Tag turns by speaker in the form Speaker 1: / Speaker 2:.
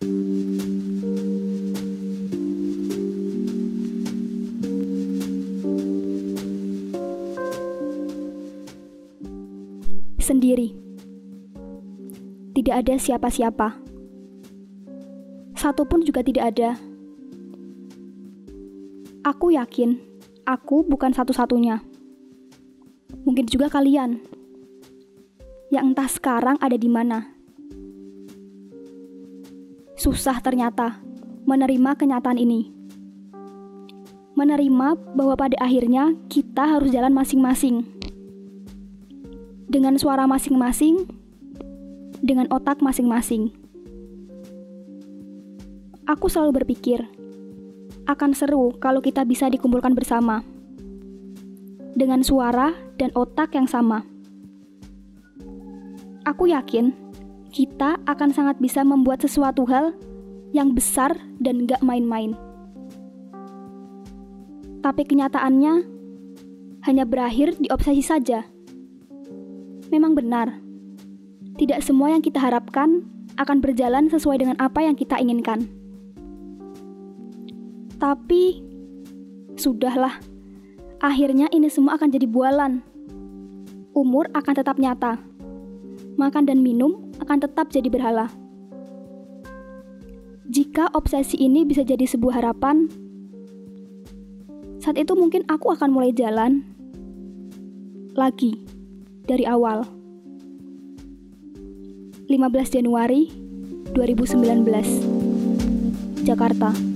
Speaker 1: Sendiri. Tidak ada siapa-siapa. Satupun juga tidak ada. Aku yakin, aku bukan satu-satunya. Mungkin juga kalian, yang entah sekarang ada di mana. Susah ternyata menerima kenyataan ini. Menerima bahwa pada akhirnya kita harus jalan masing-masing. Dengan suara masing-masing, dengan otak masing-masing. Aku selalu berpikir, akan seru kalau kita bisa dikumpulkan bersama. Dengan suara dan otak yang sama. Aku yakin, kita akan sangat bisa membuat sesuatu hal yang besar dan gak main-main. Tapi kenyataannya hanya berakhir di obsesi saja. Memang benar, tidak semua yang kita harapkan akan berjalan sesuai dengan apa yang kita inginkan. Tapi, sudahlah, akhirnya ini semua akan jadi bualan. Umur akan tetap nyata. Makan dan minum akan tetap jadi berhala. Jika obsesi ini bisa jadi sebuah harapan, saat itu mungkin aku akan mulai jalan lagi. Dari awal. 15 Januari 2019 Jakarta.